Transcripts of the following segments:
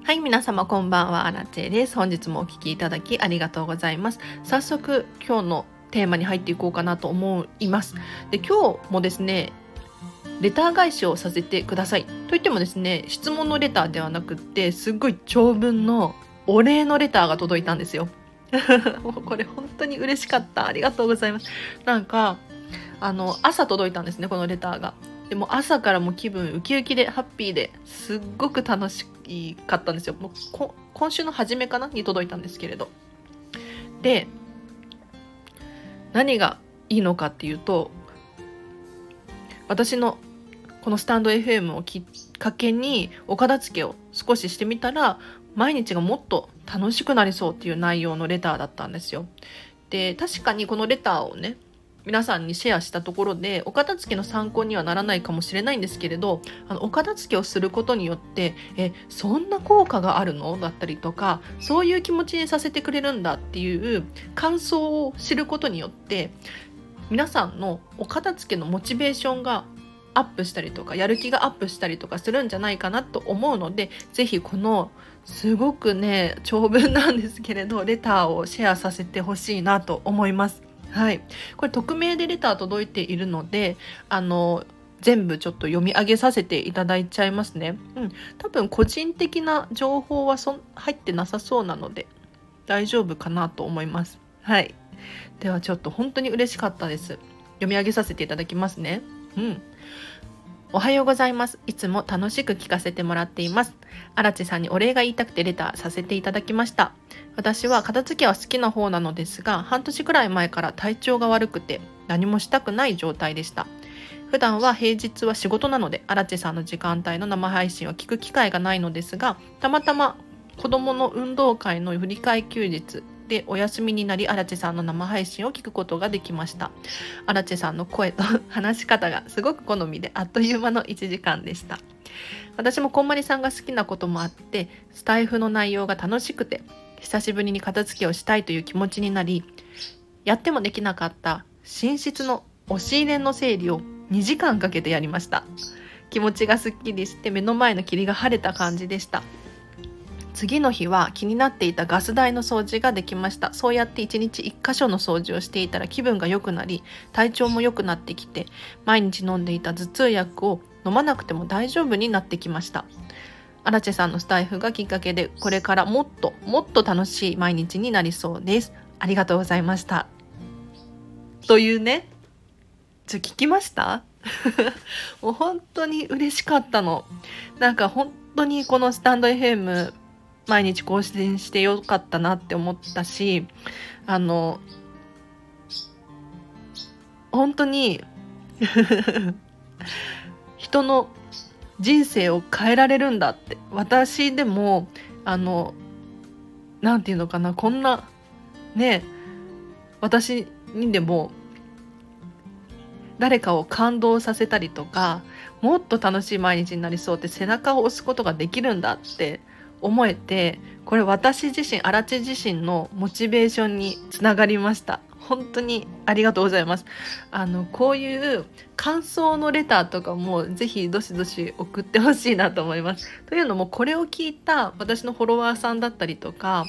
はい、皆様こんばんは、アラチェです。本日もお聞きいただきありがとうございます。早速今日のテーマに入っていこうかなと思います。で、今日もですね、レター返しをさせてください。といってもですね、質問のレターではなくって、すっごい長文のお礼のレターが届いたんですよ。もうこれ本当に嬉しかった。ありがとうございます。なんか朝届いたんですね、このレターが。でも朝からもう気分ウキウキでハッピーですっごく楽しかったんですよ。もう今週の初めかなに届いたんですけれど。で、何がいいのかっていうと、私のこのスタンド FM をきっかけにお片付けを少ししてみたら、毎日がもっと楽しくなりそうっていう内容のレターだったんですよ。で、確かにこのレターをね、皆さんにシェアしたところでお片付けの参考にはならないかもしれないんですけれど、お片付けをすることによってそんな効果があるのだったりとか、そういう気持ちにさせてくれるんだっていう感想を知ることによって、皆さんのお片付けのモチベーションがアップしたりとか、やる気がアップしたりとかするんじゃないかなと思うので、ぜひこのすごくね長文なんですけれどレターをシェアさせてほしいなと思います。はい、これ匿名でレター届いているので、全部ちょっと読み上げさせていただいちゃいますね。多分個人的な情報は入ってなさそうなので大丈夫かなと思います。はい、ではちょっと本当に嬉しかったです。読み上げさせていただきますね。おはようございます。いつも楽しく聞かせてもらっています。荒地さんにお礼が言いたくてレターさせていただきました。私は片付けは好きな方なのですが、半年くらい前から体調が悪くて何もしたくない状態でした。普段は平日は仕事なので荒地さんの時間帯の生配信を聞く機会がないのですが、たまたま子供の運動会の振り替え休日でお休みになり、荒地さんの生配信を聞くことができました。荒地さんの声と話し方がすごく好みで、あっという間の1時間でした。私もこんまりさんが好きなこともあって、スタイフの内容が楽しくて、久しぶりに片付けをしたいという気持ちになり、やってもできなかった寝室の押し入れの整理を2時間かけてやりました。気持ちがすっきりして目の前の霧が晴れた感じでした。次の日は気になっていたガス台の掃除ができました。そうやって1日1箇所の掃除をしていたら気分が良くなり、体調も良くなってきて、毎日飲んでいた頭痛薬を飲まなくても大丈夫になってきました。荒地さんのスタイフがきっかけで、これからもっともっと楽しい毎日になりそうです。ありがとうございました。というね、聞きましたもう本当に嬉しかったの。なんか本当にこのスタンド FM毎日更新してよかったなって思ったし、本当に人の人生を変えられるんだって、私でもなんていうのかな、こんなね、私にでも誰かを感動させたりとか、もっと楽しい毎日になりそうって背中を押すことができるんだって思えて、これ私自身、荒地自身のモチベーションにつながりました。本当にありがとうございます。こういう感想のレターとかもぜひどしどし送ってほしいなと思います。というのも、これを聞いた私のフォロワーさんだったりとか、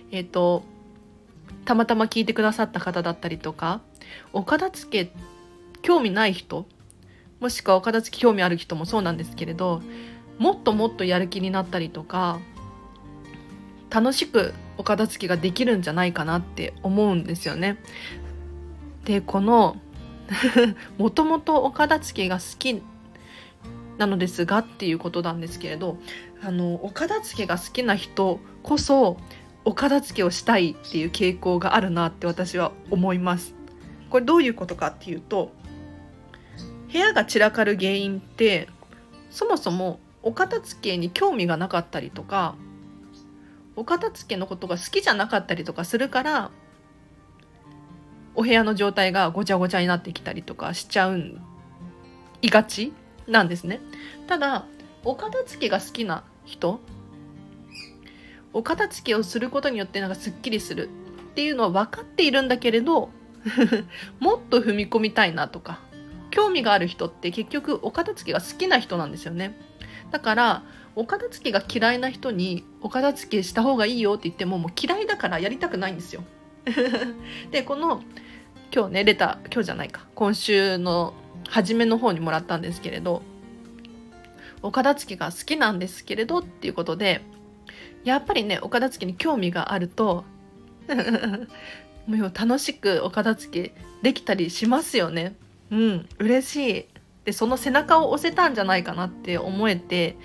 たまたま聞いてくださった方だったりとか、お片付け興味ない人、もしくはお片付け興味ある人もそうなんですけれど、もっともっとやる気になったりとか、楽しくお片付けができるんじゃないかなって思うんですよね。で、このもともとお片付けが好きなのですがっていうことなんですけれど、お片付けが好きな人こそお片付けをしたいっていう傾向があるなって私は思います。これどういうことかっていうと、部屋が散らかる原因って、そもそもお片付けに興味がなかったりとか、お片付けのことが好きじゃなかったりとかするから、お部屋の状態がごちゃごちゃになってきたりとかしちゃいがちなんですね。ただ、お片付けが好きな人、お片付けをすることによってなんかすっきりするっていうのは分かっているんだけれどもっと踏み込みたいなとか、興味がある人って結局お片付けが好きな人なんですよね。 だからお片付けが嫌いな人にお片付けした方がいいよって言っても、もう嫌いだからやりたくないんですよ。でこの今日ねレター、今日じゃないか、今週の初めの方にもらったんですけれど、お片付けが好きなんですけれどっていうことで、やっぱりねお片付けに興味があるともう楽しくお片付けできたりしますよね。嬉しい。でその背中を押せたんじゃないかなって思えて、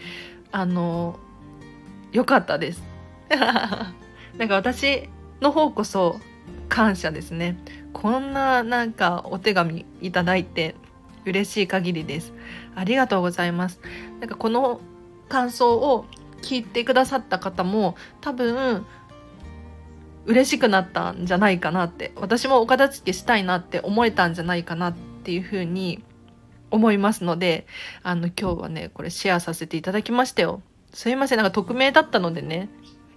よかったです。なんか私の方こそ感謝ですね。こんななんかお手紙いただいて嬉しい限りです。ありがとうございます。なんかこの感想を聞いてくださった方も多分嬉しくなったんじゃないかなって、私もお片付けしたいなって思えたんじゃないかなっていうふうに思いますので、今日はねこれシェアさせていただきましたよ。すいません、なんか匿名だったのでね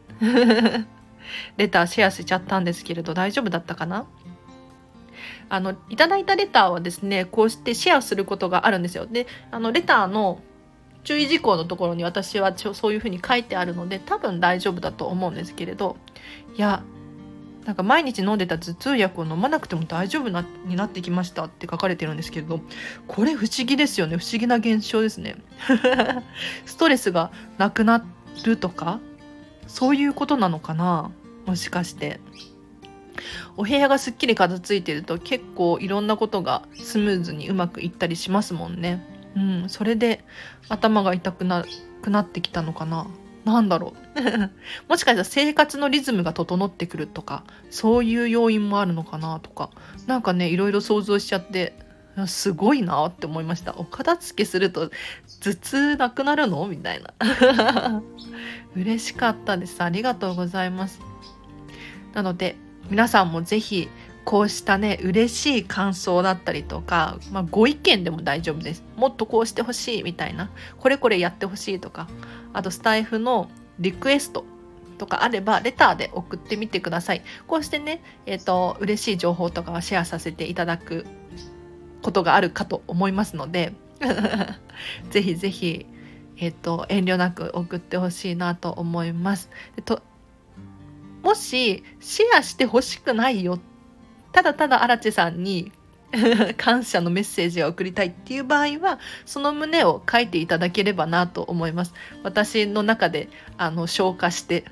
レターシェアしちゃったんですけれど、大丈夫だったかな。いただいたレターはですね、こうしてシェアすることがあるんですよ。でレターの注意事項のところに私はそういうふうに書いてあるので多分大丈夫だと思うんですけれど、いやなんか毎日飲んでた頭痛薬を飲まなくても大丈夫になってきましたって書かれてるんですけれど、これ不思議ですよね。不思議な現象ですね。ストレスがなくなるとかそういうことなのかな。もしかしてお部屋がすっきり片付いてると結構いろんなことがスムーズにうまくいったりしますもんね。それで頭が痛くなってきたのかな。なんだろうもしかしたら生活のリズムが整ってくるとかそういう要因もあるのかなとか、なんかねいろいろ想像しちゃってすごいなって思いました。お片付けすると頭痛なくなるのみたいな嬉しかったです。ありがとうございます。なので皆さんもぜひこうしたね嬉しい感想だったりとか、ご意見でも大丈夫です。もっとこうしてほしいみたいな、これこれやってほしいとか、あとスタイフのリクエストとかあればレターで送ってみてください。こうしてね嬉しい情報とかはシェアさせていただくことがあるかと思いますのでぜひぜひ遠慮なく送ってほしいなと思います。もしシェアしてほしくないよ、ただただ荒地さんに感謝のメッセージを送りたいっていう場合はその旨を書いていただければなと思います。私の中で消化して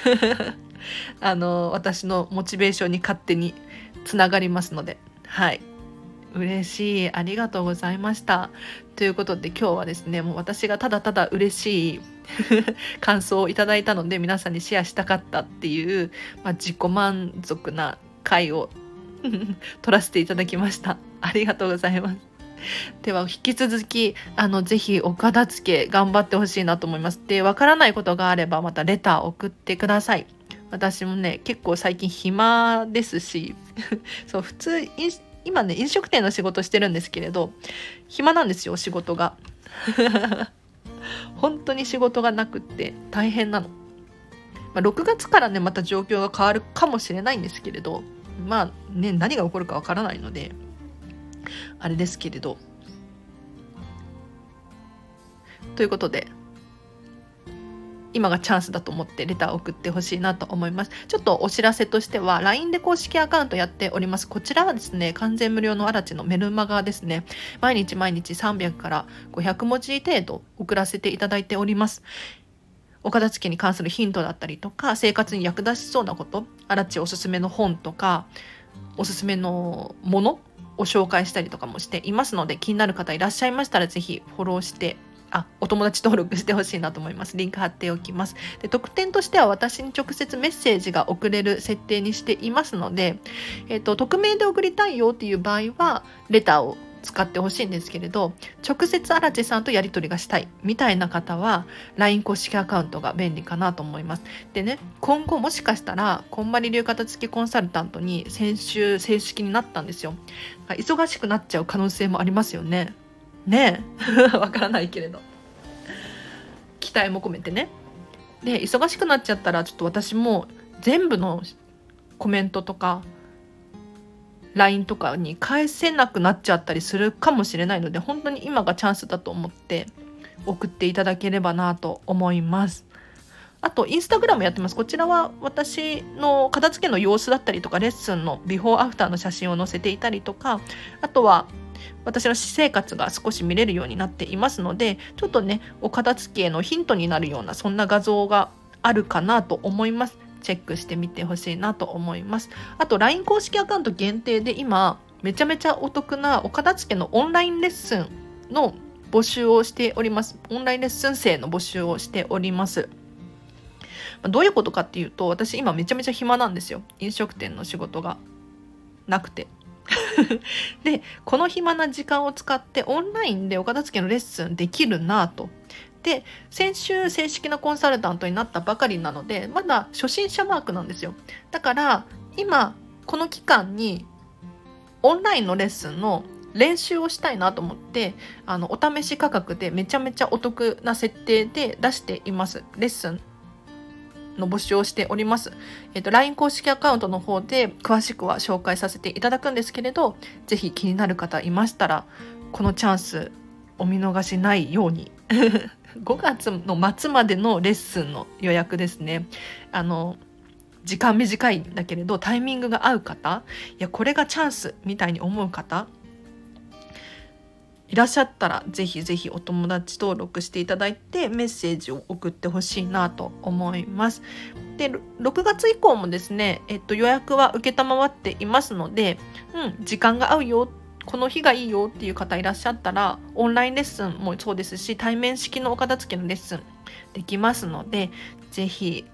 私のモチベーションに勝手につながりますので、はい嬉しい。ありがとうございました。ということで今日はですねもう私がただただ嬉しい感想をいただいたので皆さんにシェアしたかったっていう、自己満足な回を取らせていただきました。ありがとうございます。では引き続きぜひお片付け頑張ってほしいなと思います。でわからないことがあればまたレター送ってください。私もね結構最近暇ですしそう普通今ね飲食店の仕事してるんですけれど暇なんですよ仕事が本当に仕事がなくって大変なの。6月からねまた状況が変わるかもしれないんですけれど、何が起こるかわからないのであれですけれど、ということで今がチャンスだと思ってレターを送ってほしいなと思います。ちょっとお知らせとしては LINE で公式アカウントやっております。こちらはですね完全無料の荒地のメルマガですね。毎日300から500文字程度送らせていただいております。お片付けに関するヒントだったりとか生活に役立ちそうなこと、荒地おすすめの本とかおすすめのものを紹介したりとかもしていますので、気になる方いらっしゃいましたらぜひフォローしてお友達登録してほしいなと思います。リンク貼っておきます。で特典としては私に直接メッセージが送れる設定にしていますので、匿名で送りたいよっていう場合はレターを使ってほしいんですけれど、直接荒地さんとやり取りがしたいみたいな方は LINE 公式アカウントが便利かなと思います。でね今後もしかしたらこんまり流片付きコンサルタントに先週正式になったんですよ。忙しくなっちゃう可能性もありますよね。わからないけれど期待も込めてね。で忙しくなっちゃったらちょっと私も全部のコメントとか LINE とかに返せなくなっちゃったりするかもしれないので、本当に今がチャンスだと思って送っていただければなと思います。あとインスタグラムやってます。こちらは私の片付けの様子だったりとかレッスンのビフォーアフターの写真を載せていたりとか、あとは私の私生活が少し見れるようになっていますので、ちょっとねお片付けのヒントになるようなそんな画像があるかなと思います。チェックしてみてほしいなと思います。あと LINE 公式アカウント限定で今めちゃめちゃお得なお片付けのオンラインレッスンの募集をしております。オンラインレッスン生の募集をしております。どういうことかっていうと、私今めちゃめちゃ暇なんですよ。飲食店の仕事がなくてでこの暇な時間を使ってオンラインでお片付けのレッスンできるなと。で先週正式なコンサルタントになったばかりなのでまだ初心者マークなんですよ。だから今この期間にオンラインのレッスンの練習をしたいなと思ってお試し価格でめちゃめちゃお得な設定で出しています。レッスンの募集をしております。LINE 公式アカウントの方で詳しくは紹介させていただくんですけれど、ぜひ気になる方いましたらこのチャンスお見逃しないように5月の末までのレッスンの予約ですね。時間短いんだけれどタイミングが合う方、いやこれがチャンスみたいに思う方いらっしゃったらぜひぜひお友達登録していただいてメッセージを送ってほしいなと思います。で6月以降もですね、予約は承っていますので、時間が合うよ、この日がいいよっていう方いらっしゃったらオンラインレッスンもそうですし対面式のお片付けのレッスンできますので、ぜひ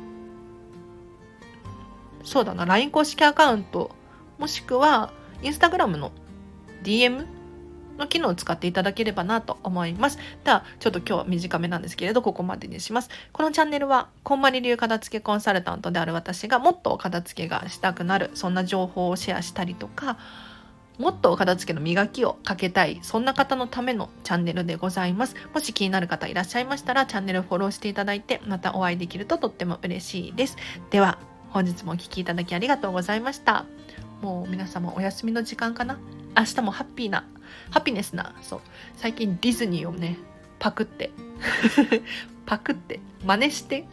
そうだな LINE 公式アカウントもしくは Instagram の DMの機能を使っていただければなと思います。ではちょっと今日は短めなんですけれどここまでにします。このチャンネルはこんまり流片付けコンサルタントである私がもっとお片付けがしたくなるそんな情報をシェアしたりとか、もっとお片付けの磨きをかけたいそんな方のためのチャンネルでございます。もし気になる方いらっしゃいましたらチャンネルフォローしていただいてまたお会いできるととっても嬉しいです。では本日もお聞きいただきありがとうございました。もう皆様お休みの時間かな。明日もハピネスな、そう最近ディズニーをねパクって真似して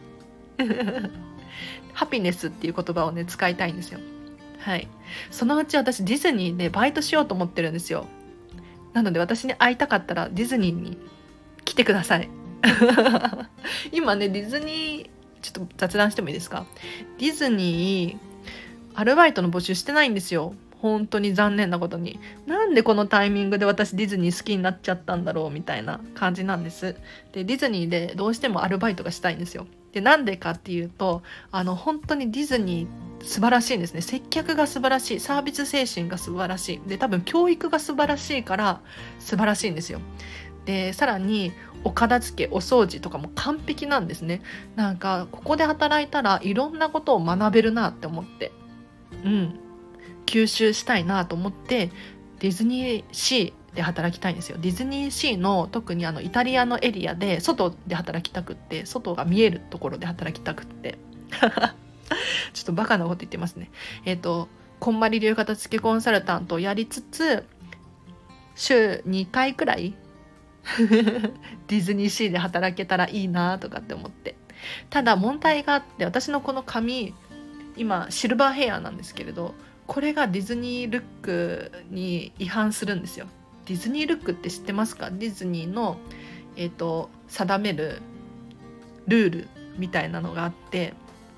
ハピネスっていう言葉をね使いたいんですよ。はい、そのうち私ディズニーでバイトしようと思ってるんですよ。なので私に会いたかったらディズニーに来てください今ねディズニーちょっと雑談してもいいですか。ディズニーアルバイトの募集してないんですよ。本当に残念なことに。なんでこのタイミングで私ディズニー好きになっちゃったんだろうみたいな感じなんです。でディズニーでどうしてもアルバイトがしたいんですよ。でなんでかっていうと本当にディズニー素晴らしいんですね。接客が素晴らしい、サービス精神が素晴らしい、で多分教育が素晴らしいから素晴らしいんですよ。でさらにお片付けお掃除とかも完璧なんですね。なんかここで働いたらいろんなことを学べるなって思って、吸収したいなと思ってディズニーシーで働きたいんですよ。ディズニーシーの特にイタリアのエリアで外で働きたくって、外が見えるところで働きたくってちょっとバカなこと言ってますね。こんまり流片付けコンサルタントをやりつつ週2回くらいディズニーシーで働けたらいいなとかって思って。ただ問題があって、私のこの髪今シルバーヘアなんですけれど、これがディズニールックに違反するんですよ。ディズニールックって知ってますか？ディズニーの、定めるルールみたいなのがあって、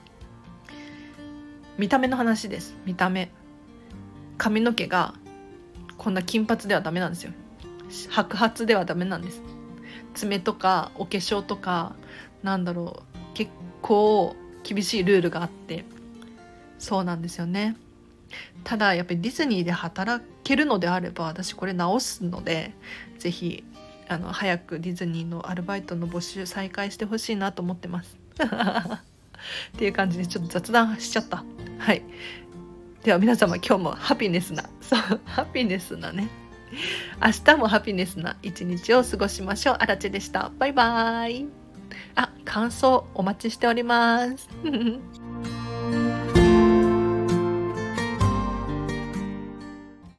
見た目の話です。見た目、髪の毛がこんな金髪ではダメなんですよ。白髪ではダメなんです。爪とかお化粧とか結構厳しいルールがあって、そうなんですよね。ただやっぱりディズニーで働けるのであれば私これ直すので、ぜひ早くディズニーのアルバイトの募集再開してほしいなと思ってますっていう感じでちょっと雑談しちゃった。はい、では皆様今日もハピネスなね明日もハピネスな一日を過ごしましょう。あらちでした。バイバイ。感想お待ちしております